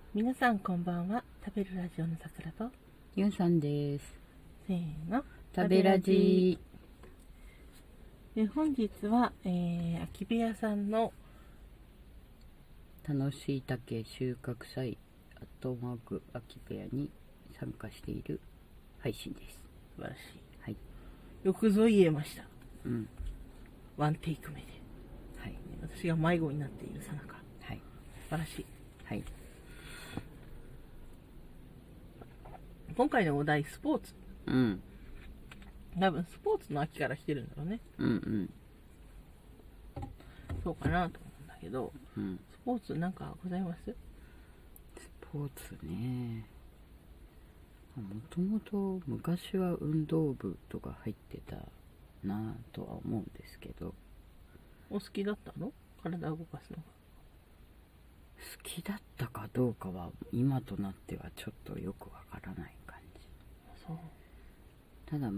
皆さんこんばんは。食べるラジオのさくらとゆうさんです。 せーの食べラジ本日は、空き部屋さんの楽しい竹収穫祭アットマーク空き部屋に参加している配信です。 素晴らしい、 はい。 よくぞ言えました。 うん。 ワンテイク目で、 はい。 私が迷子になっているさなか、 はい。 素晴らしい。 はい。 今回のお題スポーツ。 うん。 多分スポーツの秋から来てるんだろうね。 うんうん。 そうかなと思うんだけど、 うん。 スポーツなんかございます？ スポーツね。もともと昔は運動部とか入ってたなぁとは思うんですけど。 お好きだったの？体を動かすのが。 好きだったかどうかは今となってはちょっとよくわからない感じ。 そう。 ただ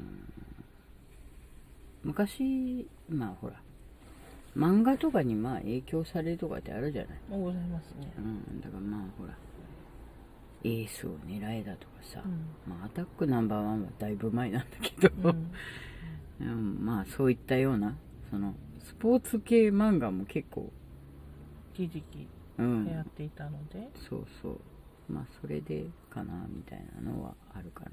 昔ほら漫画とかに影響されるとかってあるじゃない。 ございますね。 だからほらエースを狙えだとかさ、 うん、 アタックナンバーワンはだいぶ前なんだけど、そういったようなそのスポーツ系漫画も結構一時期流行っていたので、 そうそうそれでかなみたいなのはあるかな。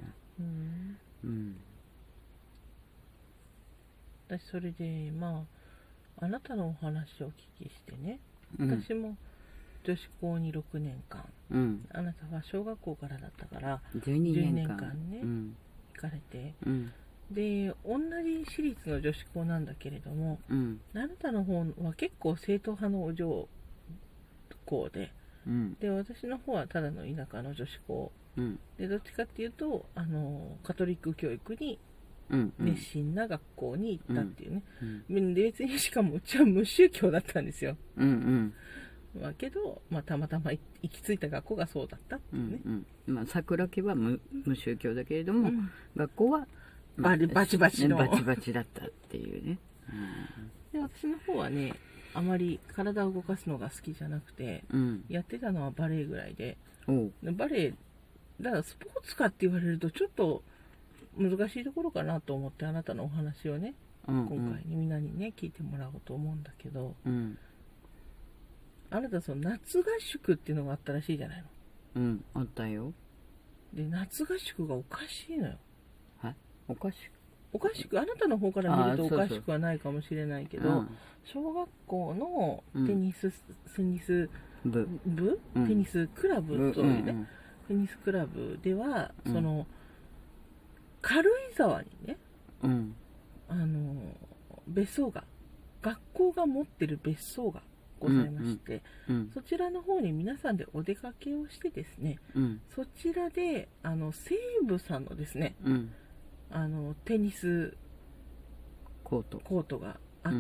私それであなたのお話をお聞きしてね、私も女子校に6年間、あなたは小学校からだったから 12年間ね、行かれて、で同じ私立の女子校なんだけれども、あなたの方は結構正統派のお嬢校で、で私の方はただの田舎の女子校、でどっちかっていうとカトリック教育に熱心な学校に行ったっていうね、で別にしかもうちは無宗教だったんですよ。けど、たまたま行き着いた学校がそうだったっていうね。 桜家は無宗教だけれども、学校はバチバチのバチバチだったっていうね。 で私の方はね、あまり体を動かすのが好きじゃなくて、やってたのはバレエぐらいで、バレエだからスポーツかって言われるとちょっと難しいところかなと思って、あなたのお話をね、今回みんなにね聞いてもらおうと思うんだけど、あなたその夏合宿っていうのがあったらしいじゃないの。あったよ。 で夏合宿がおかしいのよ。 はい、おかしくおかしく、あなたの方から見るとおかしくはないかもしれないけど、小学校のテニス部、テニスクラブというね、テニスクラブでは、その軽井沢にね、別荘が、学校が持ってる別荘がございまして、そちらの方に皆さんでお出かけをしてですね、そちらで西武さんのですね、テニスコートがあって、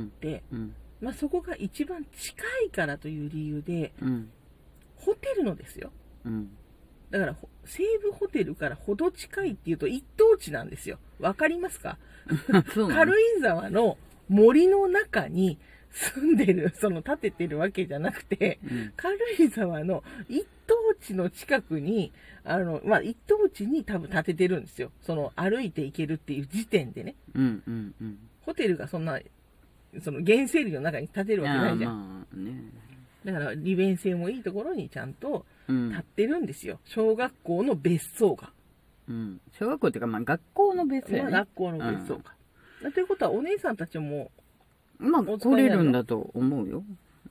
そこが一番近いからという理由で、ホテルのですよ、だから西武ホテルからほど近いっていうと一等地なんですよ。わかりますか？軽井沢の森の中に住んでる、建ててるわけじゃなくて、軽井沢の一等地の近くに、一等地に多分建ててるんですよ。歩いて行けるっていう時点でね。ホテルがそんな、原生林の中に建てるわけないじゃん。だから利便性もいいところにちゃんと建ってるんですよ。小学校の別荘が。 小学校っていうか、学校の別荘やね。 学校の別荘か。ということはお姉さんたちも来れるんだと思うよ。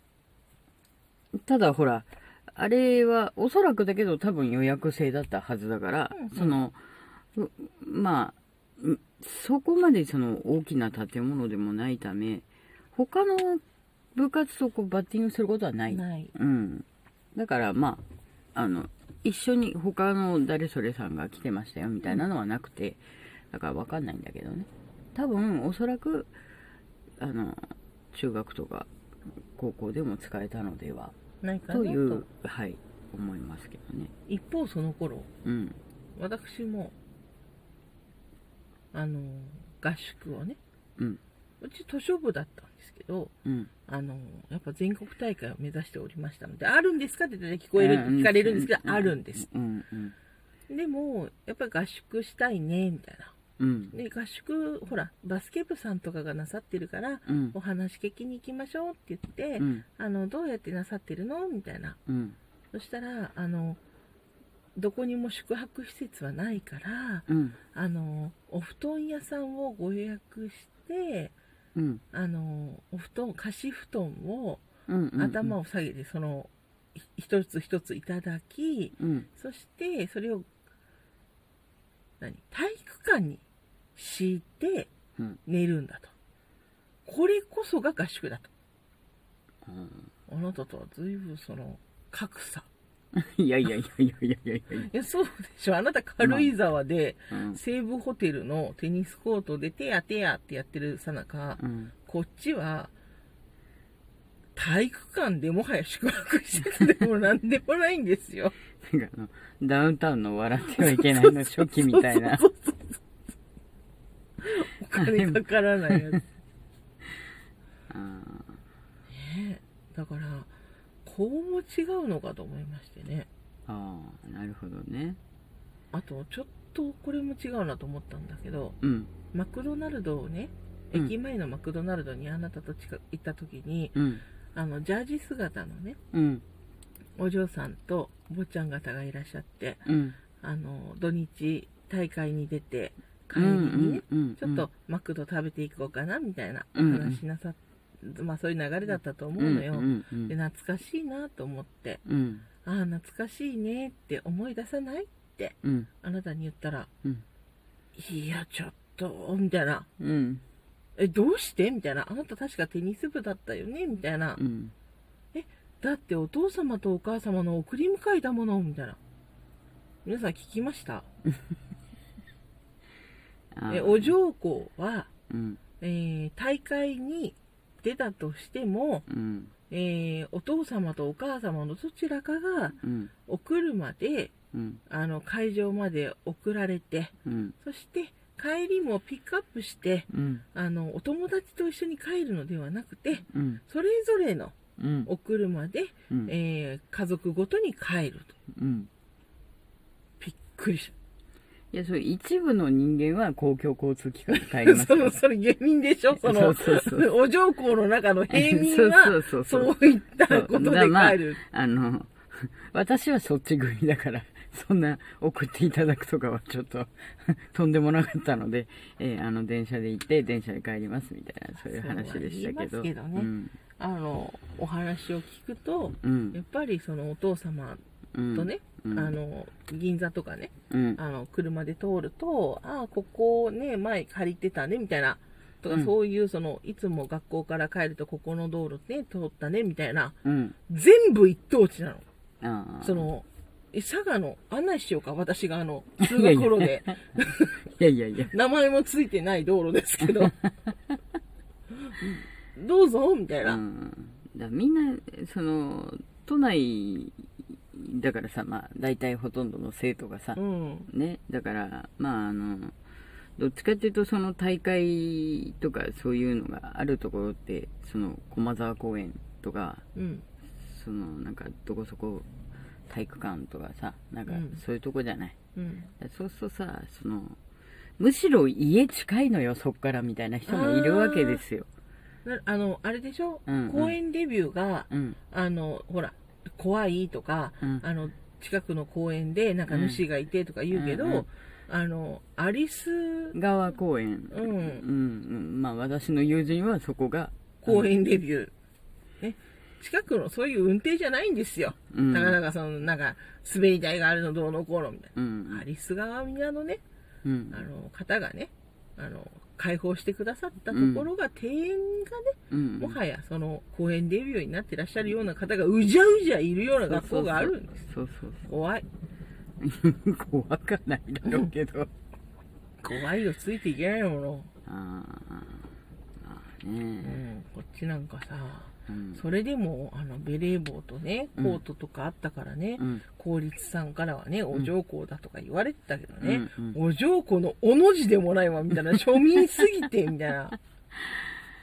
ただほら、あれはおそらくだけど多分予約制だったはずだから、そこまで大きな建物でもないため、他の部活とバッティングすることはない。だから一緒に他の誰それさんが来てましたよみたいなのはなくて、だから分かんないんだけどね。多分おそらく中学とか高校でも使えたのではないかなという思いますけどね。 一方その頃、私も合宿をね、 うち図書部だったんですけど、やっぱ全国大会を目指しておりましたので、あるんですかって言ったら聞かれるんですけど、あるんです。でも、やっぱり合宿したいね、みたいな。で、合宿、ほら、バスケ部さんとかがなさってるから、お話聞きに行きましょうって言って、どうやってなさってるのみたいな。そしたら、どこにも宿泊施設はないから、お布団屋さんをご予約して、お布団、貸し布団を、頭を下げて、一つ一ついただき、そしてそれを体育館に敷いて寝るんだと、これこそが合宿だと、あなたとは随分格差いや、 そうでしょ。あなた軽井沢で、西武ホテルのテニスコートでてやてやってやってるさなか、こっちは体育館でもはや宿泊施設でもなんでもないんですよ。 ダウンタウンの笑ってはいけないの初期みたいな。 お金かからないやつ。だから、こうも違うのかと思いましてね。 なるほどね。 あと、ちょっとこれも違うなと思ったんだけど、マクドナルドをね、駅前のマクドナルドにあなたと行った時に、ジャージ姿のね、お嬢さんとお坊ちゃん方がいらっしゃって、土日大会に出て帰りにね、ちょっとマクド食べていこうかなみたいなお話なさって、そういう流れだったと思うのよ。で、懐かしいなと思って、懐かしいねって思い出さないって、あなたに言ったら、いや、ちょっと、みたいな。どうしてみたいな。あなた確かテニス部だったよねみたいな。だってお父様とお母様の送り迎えだものみたいな。皆さん聞きましたお嬢子は、大会に出たとしても、お父様とお母様のどちらかが、お車で、会場まで送られて、そして帰りもピックアップして、お友達と一緒に帰るのではなくて、それぞれのお車で、家族ごとに帰ると。びっくりした。 いや、それ一部の人間は公共交通機関で帰りますよ。 それ下民でしょお嬢校の中の平民は、そういったことで帰る。 私はそっち組だから、そんな送っていただくとかはちょっととんでもなかったので、電車で行って電車で帰りますみたいな、そういう話でしたけど。 お話を聞くと、やっぱりお父様とね、銀座とかね、車で通ると、ここね、前借りてたねみたいな、とか、そういういつも学校から帰るとここの道路ね通ったねみたいな、全部一等地なの。佐賀の案内しようか、私が通学路で名前もついてない道路ですけどどうぞみたいな。 みんな都内だからさ、大体ほとんどの生徒がさ、ね、だからどっちかっていうと大会とかそういうのがあるところって駒沢公園とか、なんかどこそこ体育館とかさ、なんかそういうとこじゃない。そうするとさ、むしろ家近いのよ、そっからみたいな人もいるわけですよ。 あれでしょ、公園デビューが、ほら、怖いとか、近くの公園でなんか主がいてとか言うけど、アリス川公園、私の友人はそこが公園デビュー。ね、近くのそういう運転じゃないんですよ。たかだかなんか滑り台があるのどうのこうのみたいな。アリス川宮のね、方がね、開放してくださったところが、庭園がね、もはや公園デビューになってらっしゃるような方がうじゃうじゃいるような学校があるんです。怖い。 怖かないだろうけど。 怖いよ、ついていけないもの。こっちなんかさ、それでもベレー帽とねコートとかあったからね、公立さんからはねお嬢校だとか言われてたけどね、お嬢校のおの字でもないわみたいな、庶民すぎてみたいな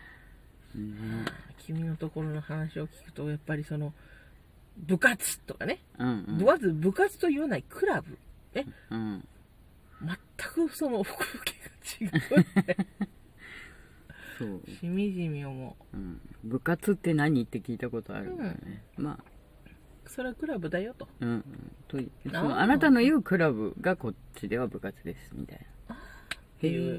君のところの話を聞くとやっぱりその部活とかね、まず部活と言わないクラブね、全くその奥行きが違うね。そうしみじみ思う、 部活って何って聞いたことあるからね、まあそれはクラブだよと、 そのあなたの言うクラブがこっちでは部活ですみたいなっていう。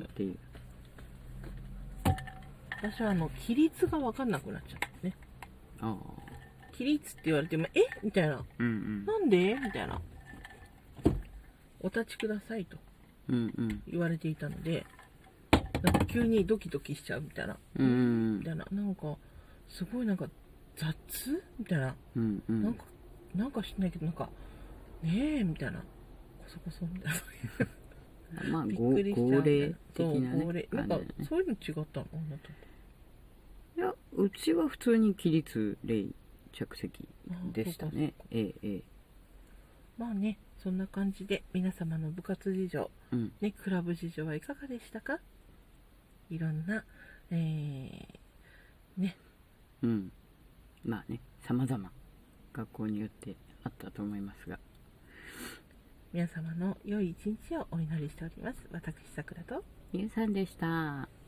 私は規律が分かんなくなっちゃったね。規律って言われてもみたいな、なんでみたいな、お立ちくださいと言われていたので、なんか急にドキドキしちゃうみたいな、なんかすごいなんか雑みたいな、なんか知んないけどなんかねえみたいな、こそこそみたいな。 まあ号令的なね。 号令なんかそういうの違ったの？あなた。 いや、うちは普通に起立礼着席でしたね。 まあね、そんな感じで皆様の部活事情、ね、クラブ事情はいかがでしたか？いろんな、ね。 まあね、様々学校によってあったと思いますが。 皆様の良い一日をお祈りしております。私、さくらとゆうさんでした。